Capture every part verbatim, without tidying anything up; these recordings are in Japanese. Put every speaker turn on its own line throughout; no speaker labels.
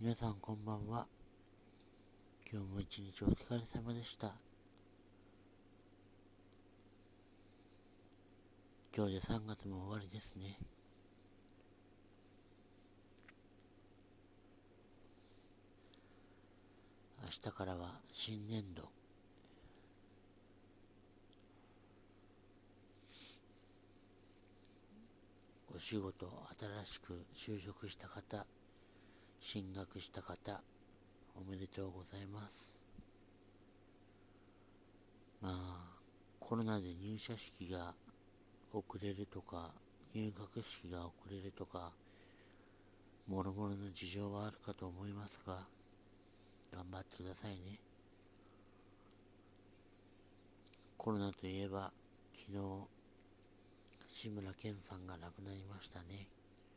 皆さんこんばんは。今日も一日お疲れ様でした。今日でさんがつも終わりですね。明日からは新年度。お仕事、新しく就職した方、進学した方、おめでとうございます。まあ、コロナで入社式が遅れるとか、入学式が遅れるとか、もろもろの事情はあるかと思いますが、頑張ってくださいね。コロナといえば、昨日、志村けんさんが亡くなりましたね。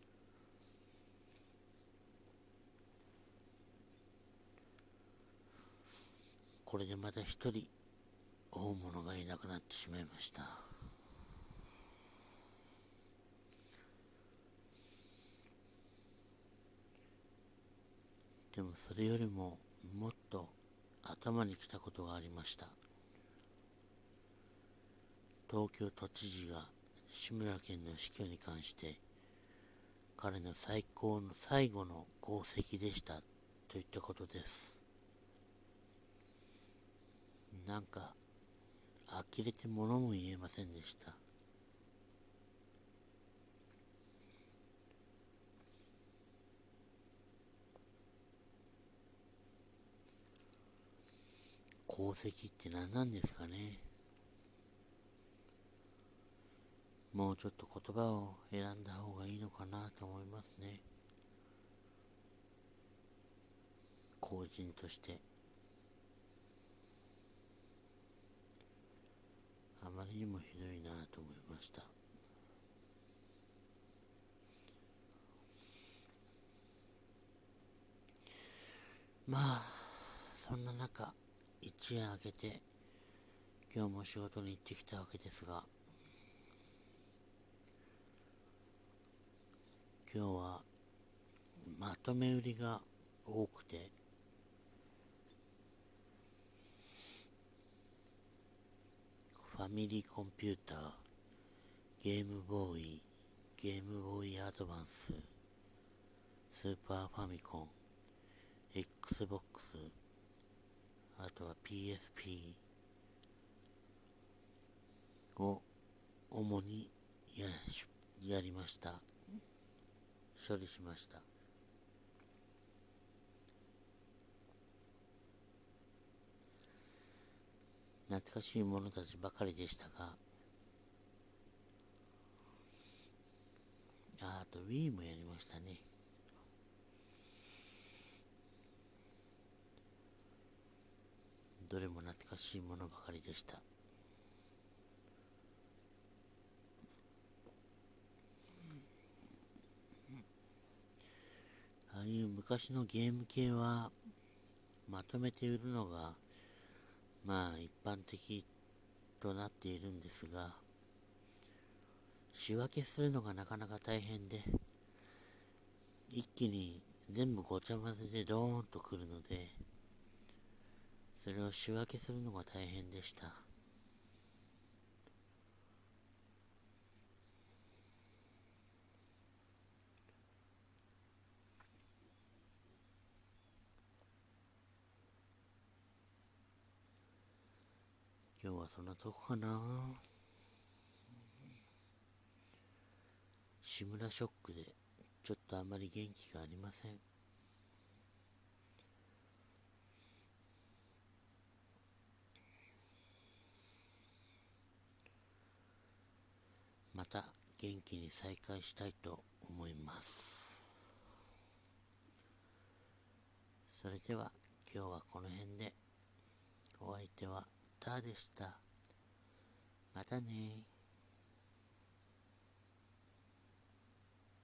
これでまた一人大物がいなくなってしまいました。でもそれよりももっと頭にきたことがありました。東京都知事が志村けんの死去に関して彼の最高の最後の功績でしたといったことです。なんか呆れて物も言えませんでした。功績って何なんですかね。もうちょっと言葉を選んだ方がいいのかなと思いますね。公人としてあまりにもひどいなと思いました。まあそんな中、一夜明けて今日も仕事に行ってきたわけですが、今日はまとめ売りが多くて、ファミリーコンピューター、ゲームボーイ、ゲームボーイアドバンス、スーパーファミコン、Xbox、あとは ピーエスピー を主に や, やりました。処理しました。懐かしいものたちばかりでしたが、あと Wii もやりましたね。どれも懐かしいものばかりでした。ああいう昔のゲーム系はまとめて売るのがまあ一般的となっているんですが、仕分けするのがなかなか大変で、一気に全部ごちゃ混ぜでドーンとくるので、それを仕分けするのが大変でした。今日はそんなとこかな。志村ショックでちょっとあまり元気がありません。また元気に再会したいと思います。それでは今日はこの辺で。お相手はターでした。またね。